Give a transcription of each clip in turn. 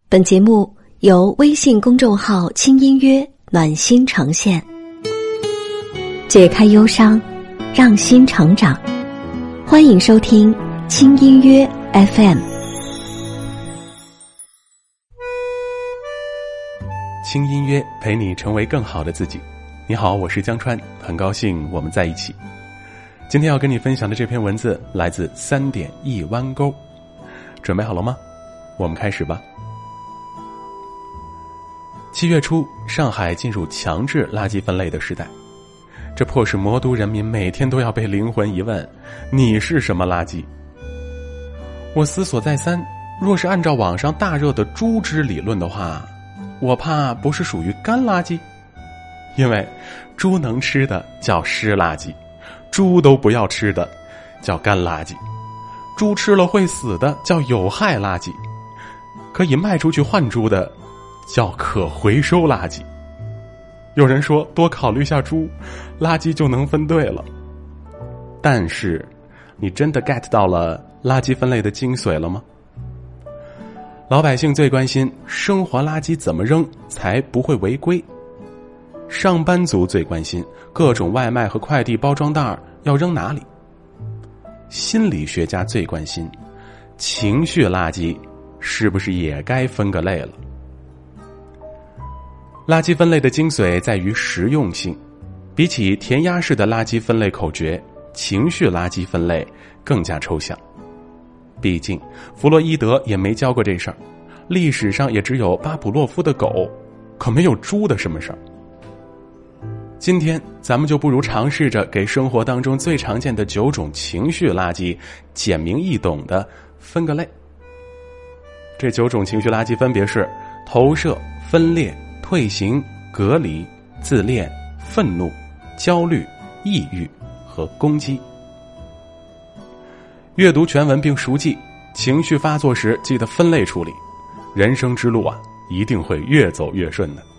本节目由微信公众号轻音乐暖心呈现，解开忧伤，让心成长。欢迎收听轻音乐 FM。 轻音乐陪你成为更好的自己。你好，我是江川，很高兴我们在一起。今天要跟你分享的这篇文字来自3点一弯钩，准备好了吗？我们开始吧。7月初，上海进入强制垃圾分类的时代，这迫使魔都人民每天都要被灵魂一问：你是什么垃圾？我思索再三，若是按照网上大热的猪只理论的话，我怕不是属于干垃圾，因为猪能吃的叫湿垃圾，猪都不要吃的叫干垃圾，猪吃了会死的叫有害垃圾，可以卖出去换猪的叫可回收垃圾。有人说多考虑下猪，垃圾就能分对了。但是你真的 get 到了垃圾分类的精髓了吗？老百姓最关心生活垃圾怎么扔才不会违规，上班族最关心各种外卖和快递包装袋要扔哪里，心理学家最关心情绪垃圾是不是也该分个类了。垃圾分类的精髓在于实用性，比起填鸭式的垃圾分类口诀，情绪垃圾分类更加抽象。毕竟弗洛伊德也没教过这事儿，历史上也只有巴甫洛夫的狗，可没有猪的什么事儿。今天咱们就不如尝试着给生活当中最常见的9种情绪垃圾简明易懂的分个类。这9种情绪垃圾分别是投射、分裂、退行、隔离、自恋、愤怒、焦虑、抑郁和攻击。阅读全文并熟记，情绪发作时记得分类处理，人生之路一定会越走越顺的。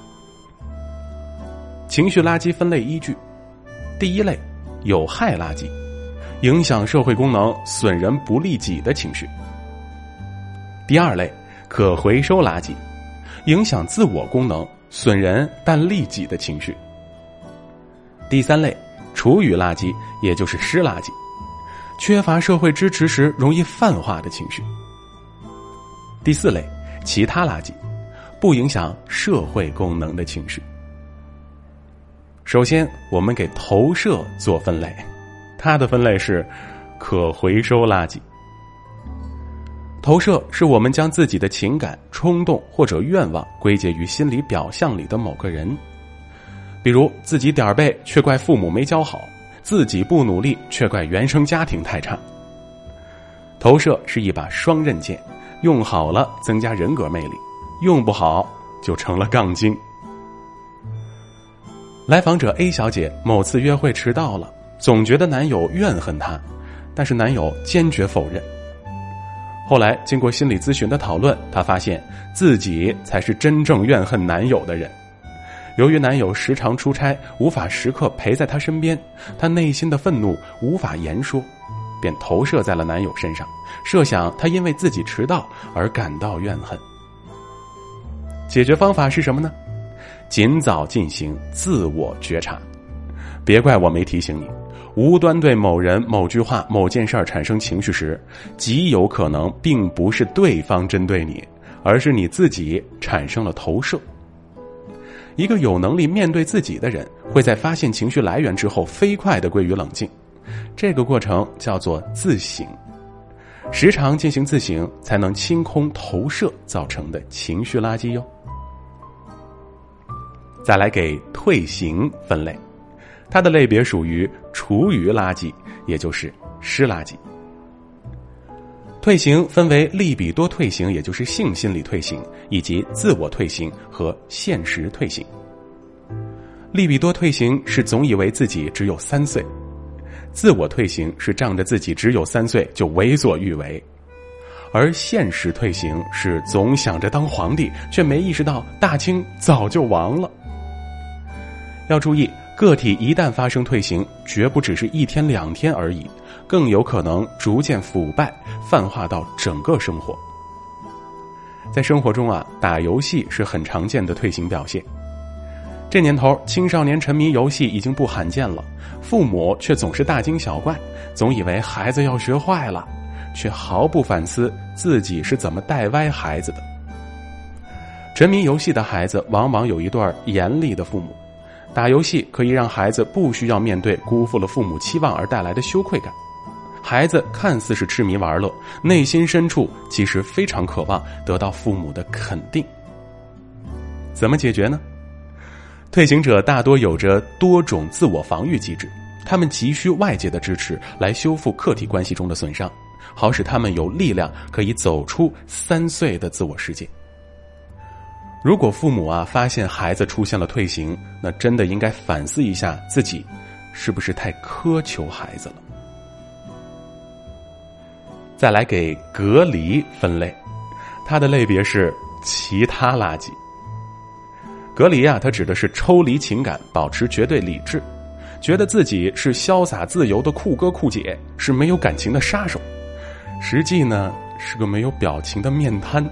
情绪垃圾分类依据：第一类，有害垃圾，影响社会功能、损人不利己的情绪；第二类，可回收垃圾，影响自我功能、损人但利己的情绪；第三类，厨余垃圾，也就是湿垃圾，缺乏社会支持时容易泛化的情绪；第四类，其他垃圾，不影响社会功能的情绪。首先我们给投射做分类，它的分类是可回收垃圾。投射是我们将自己的情感、冲动或者愿望归结于心理表象里的某个人，比如自己点儿背却怪父母没教好，自己不努力却怪原生家庭太差。投射是一把双刃剑，用好了增加人格魅力，用不好就成了杠精。来访者 A 小姐某次约会迟到了，总觉得男友怨恨她，但是男友坚决否认。后来经过心理咨询的讨论，她发现自己才是真正怨恨男友的人。由于男友时常出差，无法时刻陪在她身边，她内心的愤怒无法言说，便投射在了男友身上，设想他因为自己迟到而感到怨恨。解决方法是什么呢？尽早进行自我觉察。别怪我没提醒你，无端对某人、某句话、某件事产生情绪时，极有可能并不是对方针对你，而是你自己产生了投射。一个有能力面对自己的人，会在发现情绪来源之后飞快地归于冷静，这个过程叫做自省。时常进行自省，才能清空投射造成的情绪垃圾哟。再来给退行分类，它的类别属于厨余垃圾，也就是湿垃圾。退行分为利比多退行，也就是性心理退行，以及自我退行和现实退行。利比多退行是总以为自己只有3岁，自我退行是仗着自己只有3岁就为所欲为，而现实退行是总想着当皇帝，却没意识到大清早就亡了。要注意，个体一旦发生退行，绝不只是1天2天而已，更有可能逐渐腐败，泛化到整个生活。 在生活中啊，打游戏是很常见的退行表现。这年头，青少年沉迷游戏已经不罕见了，父母却总是大惊小怪，总以为孩子要学坏了，却毫不反思自己是怎么带歪孩子的。沉迷游戏的孩子往往有一对严厉的父母，打游戏可以让孩子不需要面对辜负了父母期望而带来的羞愧感。孩子看似是痴迷玩乐，内心深处其实非常渴望得到父母的肯定。怎么解决呢？退行者大多有着多种自我防御机制，他们急需外界的支持来修复客体关系中的损伤，好使他们有力量可以走出3岁的自我世界。如果父母发现孩子出现了退行，那真的应该反思一下自己是不是太苛求孩子了。再来给隔离分类，它的类别是其他垃圾。隔离它指的是抽离情感，保持绝对理智，觉得自己是潇洒自由的酷哥酷姐，是没有感情的杀手，实际呢是个没有表情的面瘫。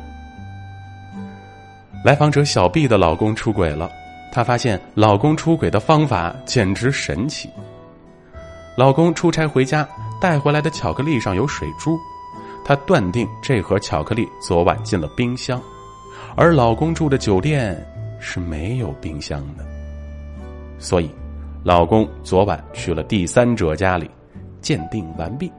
来访者小 B 的老公出轨了，她发现老公出轨的方法简直神奇。老公出差回家带回来的巧克力上有水珠，她断定这盒巧克力昨晚进了冰箱，而老公住的酒店是没有冰箱的，所以老公昨晚去了第三者家里，鉴定完毕。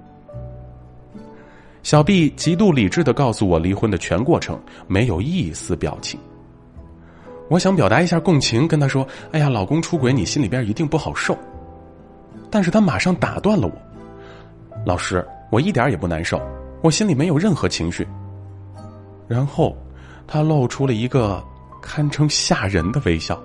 小 B 极度理智地告诉我离婚的全过程，没有一丝表情。我想表达一下共情，跟他说：哎呀，老公出轨你心里边一定不好受。但是他马上打断了我：老师，我一点也不难受，我心里没有任何情绪。然后他露出了一个堪称吓人的微笑。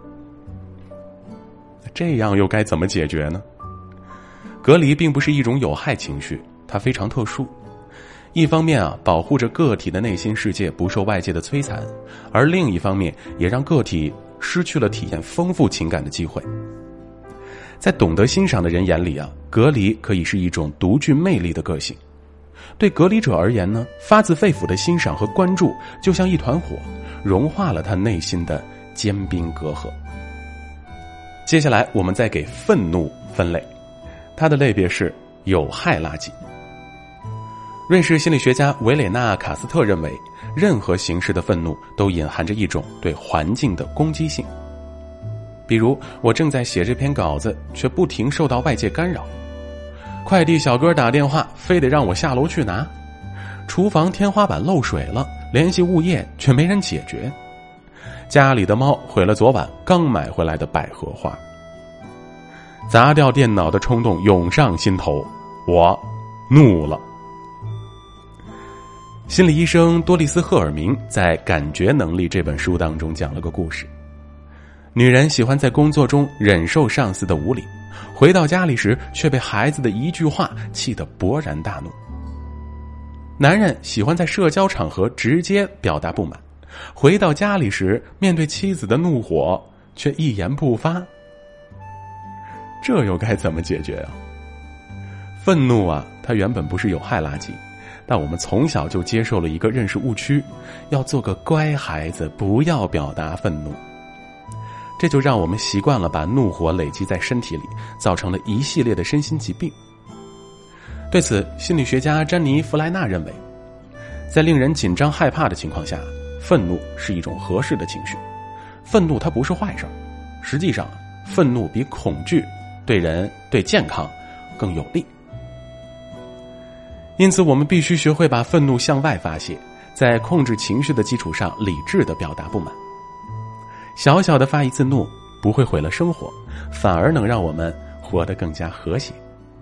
这样又该怎么解决呢？隔离并不是一种有害情绪，它非常特殊。一方面保护着个体的内心世界不受外界的摧残，而另一方面也让个体失去了体验丰富情感的机会。在懂得欣赏的人眼里隔离可以是一种独具魅力的个性。对隔离者而言呢，发自肺腑的欣赏和关注就像一团火，融化了他内心的坚冰隔阂。接下来我们再给愤怒分类，它的类别是有害垃圾。瑞士心理学家维蕾纳·卡斯特认为，任何形式的愤怒都隐含着一种对环境的攻击性。比如，我正在写这篇稿子，却不停受到外界干扰。快递小哥打电话，非得让我下楼去拿。厨房天花板漏水了，联系物业却没人解决。家里的猫毁了昨晚刚买回来的百合花。砸掉电脑的冲动涌上心头，我怒了。心理医生多丽丝·赫尔明在《感觉能力》这本书当中讲了个故事。女人喜欢在工作中忍受上司的无理，回到家里时却被孩子的一句话气得勃然大怒。男人喜欢在社交场合直接表达不满，回到家里时面对妻子的怒火却一言不发。这又该怎么解决啊？愤怒它原本不是有害垃圾，但我们从小就接受了一个认识误区，要做个乖孩子，不要表达愤怒。这就让我们习惯了把怒火累积在身体里，造成了一系列的身心疾病。对此，心理学家詹妮·弗莱纳认为，在令人紧张害怕的情况下，愤怒是一种合适的情绪。愤怒它不是坏事，实际上愤怒比恐惧对人对健康更有利。因此我们必须学会把愤怒向外发泄，在控制情绪的基础上理智地表达不满。小小的发一次怒不会毁了生活，反而能让我们活得更加和谐。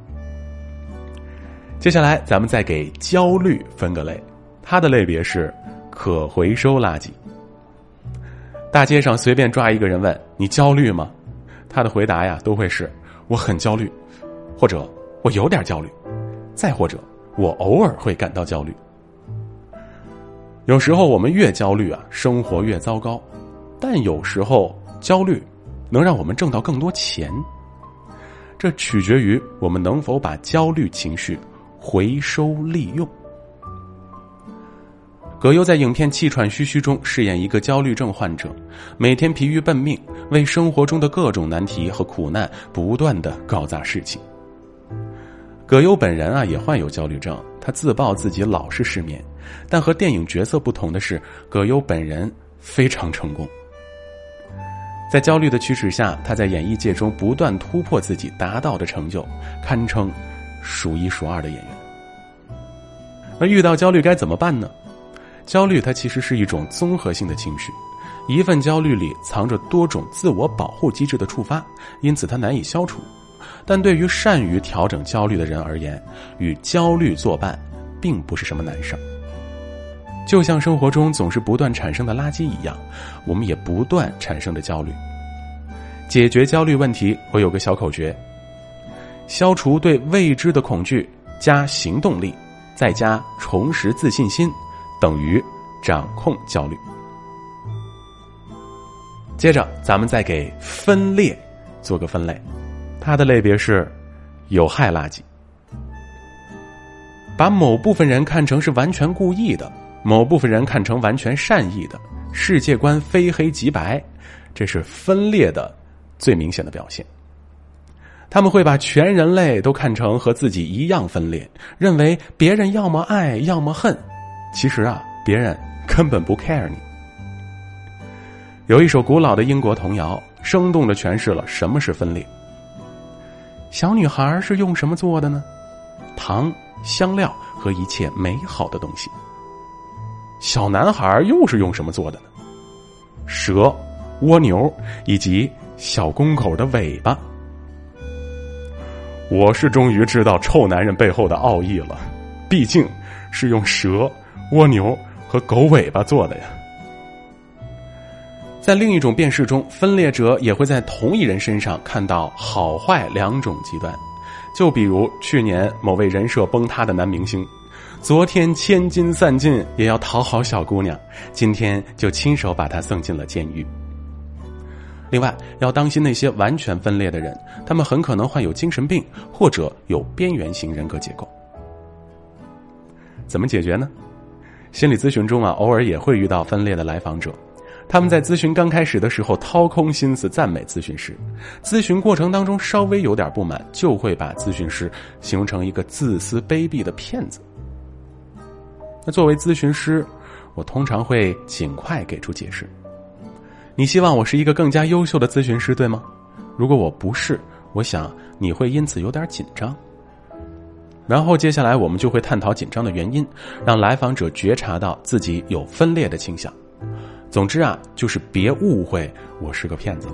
接下来咱们再给焦虑分个类，它的类别是可回收垃圾。大街上随便抓一个人问你焦虑吗，他的回答都会是我很焦虑，或者我有点焦虑，再或者我偶尔会感到焦虑。有时候我们越焦虑生活越糟糕，但有时候焦虑能让我们挣到更多钱。这取决于我们能否把焦虑情绪回收利用。 葛优在影片气喘吁吁中饰演一个焦虑症患者，每天疲于奔命，为生活中的各种难题和苦难不断地搞砸士气。葛优本人也患有焦虑症，他自曝自己老是失眠，但和电影角色不同的是，葛优本人非常成功。在焦虑的驱使下，他在演艺界中不断突破自己达到的成就，堪称数一数二的演员。而遇到焦虑该怎么办呢？焦虑它其实是一种综合性的情绪，一份焦虑里藏着多种自我保护机制的触发，因此它难以消除。但对于善于调整焦虑的人而言，与焦虑作伴并不是什么难事儿。就像生活中总是不断产生的垃圾一样，我们也不断产生的焦虑。解决焦虑问题，我有个小口诀：消除对未知的恐惧，加行动力，再加重拾自信心，等于掌控焦虑。接着咱们再给分裂做个分类，它的类别是有害垃圾。把某部分人看成是完全故意的，某部分人看成完全善意的，世界观非黑即白，这是分裂的最明显的表现。他们会把全人类都看成和自己一样分裂，认为别人要么爱要么恨，其实别人根本不 care 你。有一首古老的英国童谣，生动地诠释了什么是分裂。小女孩是用什么做的呢？糖、香料和一切美好的东西。小男孩又是用什么做的呢？蛇、蜗牛以及小公狗的尾巴。我是终于知道臭男人背后的奥义了，毕竟是用蛇、蜗牛和狗尾巴做的呀。在另一种辨识中，分裂者也会在同一人身上看到好坏两种极端。就比如去年某位人设崩塌的男明星，昨天千金散尽也要讨好小姑娘，今天就亲手把她送进了监狱。另外，要当心那些完全分裂的人，他们很可能患有精神病或者有边缘型人格结构。怎么解决呢？心理咨询中偶尔也会遇到分裂的来访者，他们在咨询刚开始的时候掏空心思赞美咨询师，咨询过程当中稍微有点不满，就会把咨询师形容成一个自私卑鄙的骗子。那作为咨询师，我通常会尽快给出解释。你希望我是一个更加优秀的咨询师，对吗？如果我不是，我想你会因此有点紧张。然后接下来我们就会探讨紧张的原因，让来访者觉察到自己有分裂的倾向。总之就是别误会我是个骗子。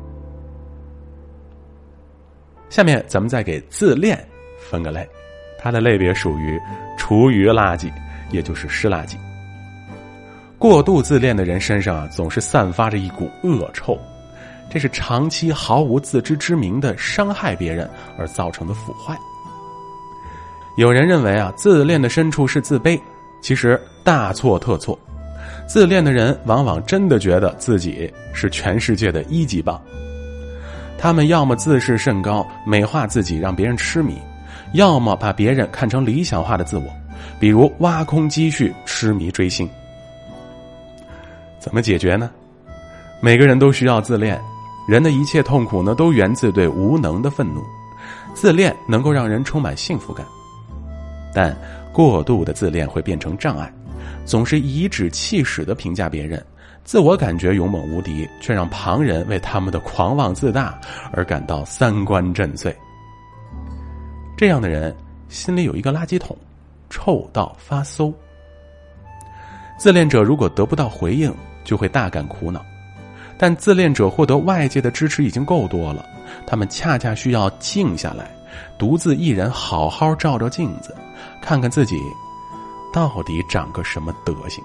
下面咱们再给自恋分个类，它的类别属于厨余垃圾，也就是湿垃圾。过度自恋的人身上总是散发着一股恶臭，这是长期毫无自知之明的伤害别人而造成的腐坏。有人认为自恋的深处是自卑，其实大错特错。自恋的人往往真的觉得自己是全世界的一级棒，他们要么自视甚高，美化自己让别人痴迷，要么把别人看成理想化的自我，比如挖空积蓄痴迷追星。怎么解决呢？每个人都需要自恋，人的一切痛苦呢，都源自对无能的愤怒。自恋能够让人充满幸福感，但过度的自恋会变成障碍，总是颐指气使地评价别人，自我感觉勇猛无敌，却让旁人为他们的狂妄自大而感到三观震碎。这样的人心里有一个垃圾桶，臭到发馊。自恋者如果得不到回应，就会大感苦恼，但自恋者获得外界的支持已经够多了，他们恰恰需要静下来，独自一人好好照照镜子，看看自己到底长个什么德行。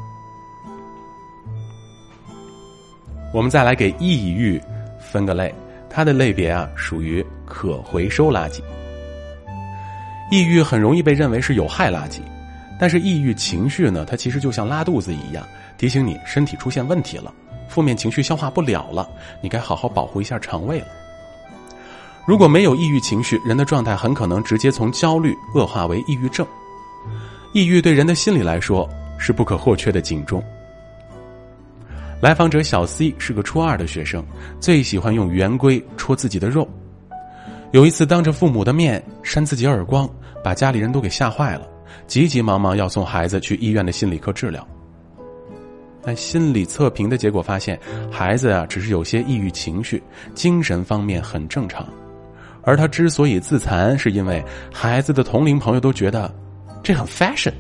我们再来给抑郁分个类，它的类别属于可回收垃圾。抑郁很容易被认为是有害垃圾，但是抑郁情绪呢，它其实就像拉肚子一样，提醒你身体出现问题了，负面情绪消化不了了，你该好好保护一下肠胃了。如果没有抑郁情绪，人的状态很可能直接从焦虑恶化为抑郁症。抑郁对人的心理来说是不可或缺的警钟。来访者小 C 是个初2的学生，最喜欢用圆规戳自己的肉。有一次当着父母的面扇自己耳光，把家里人都给吓坏了，急急忙忙要送孩子去医院的心理科治疗。但心理测评的结果发现，孩子只是有些抑郁情绪，精神方面很正常。而他之所以自残，是因为孩子的同龄朋友都觉得这很 fashion。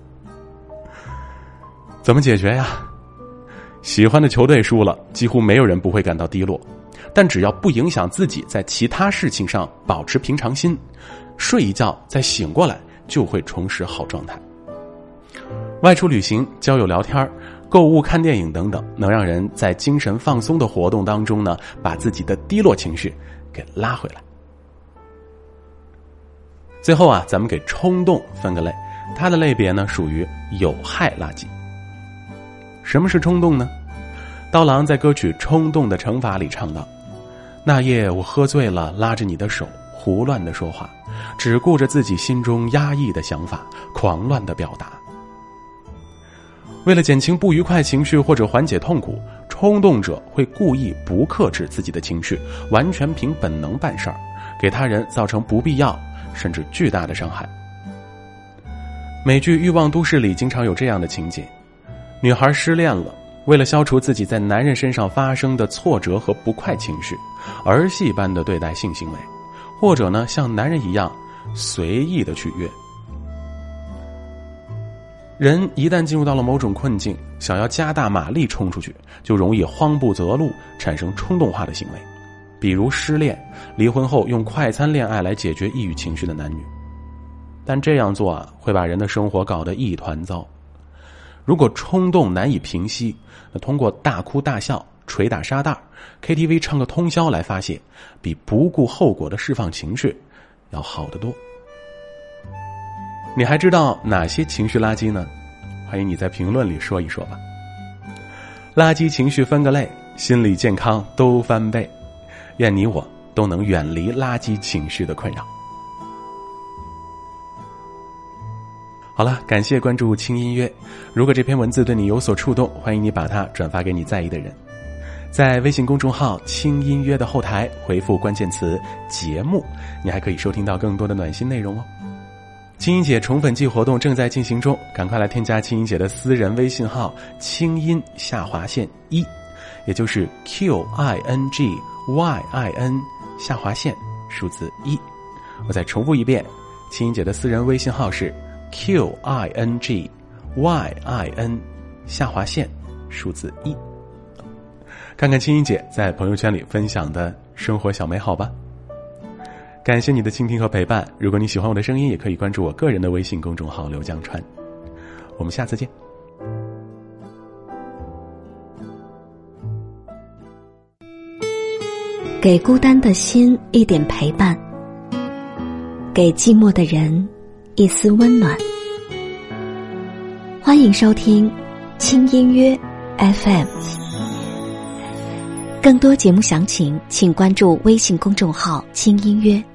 怎么解决呀？喜欢的球队输了，几乎没有人不会感到低落，但只要不影响自己在其他事情上保持平常心，睡一觉再醒过来就会重拾好状态。外出旅行、交友聊天、购物、看电影等等，能让人在精神放松的活动当中呢，把自己的低落情绪给拉回来。最后咱们给冲动分个类，它的类别呢属于有害垃圾。什么是冲动呢？刀郎在歌曲《冲动的惩罚》里唱道：那夜我喝醉了，拉着你的手胡乱地说话，只顾着自己心中压抑的想法，狂乱地表达。为了减轻不愉快情绪或者缓解痛苦，冲动者会故意不克制自己的情绪，完全凭本能办事儿，给他人造成不必要甚至巨大的伤害。美剧《欲望都市》里经常有这样的情节，女孩失恋了，为了消除自己在男人身上发生的挫折和不快情绪，儿戏般的对待性行为，或者呢像男人一样随意的去约。人一旦进入到了某种困境，想要加大马力冲出去，就容易慌不择路，产生冲动化的行为，比如失恋、离婚后用快餐恋爱来解决抑郁情绪的男女。但这样做会把人的生活搞得一团糟。如果冲动难以平息，那通过大哭大笑、捶打沙袋、KTV 唱个通宵来发泄，比不顾后果的释放情绪要好得多。你还知道哪些情绪垃圾呢？欢迎你在评论里说一说吧。垃圾情绪分个类，心理健康都翻倍。愿你我都能远离垃圾情绪的困扰。好了，感谢关注轻音乐。如果这篇文字对你有所触动，欢迎你把它转发给你在意的人。在微信公众号轻音乐的后台回复关键词节目，你还可以收听到更多的暖心内容哦。青音姐宠粉季活动正在进行中，赶快来添加青音姐的私人微信号轻音_1，也就是 QINGYIN _1。我再重复一遍，青音姐的私人微信号是 QINGYIN _1。看看青音姐在朋友圈里分享的生活小美好吧。感谢你的倾听和陪伴，如果你喜欢我的声音，也可以关注我个人的微信公众号刘江川。我们下次见。 给孤单的心一点陪伴，给寂寞的人一丝温暖。欢迎收听轻音乐 FM， 更多节目详情请关注微信公众号轻音乐。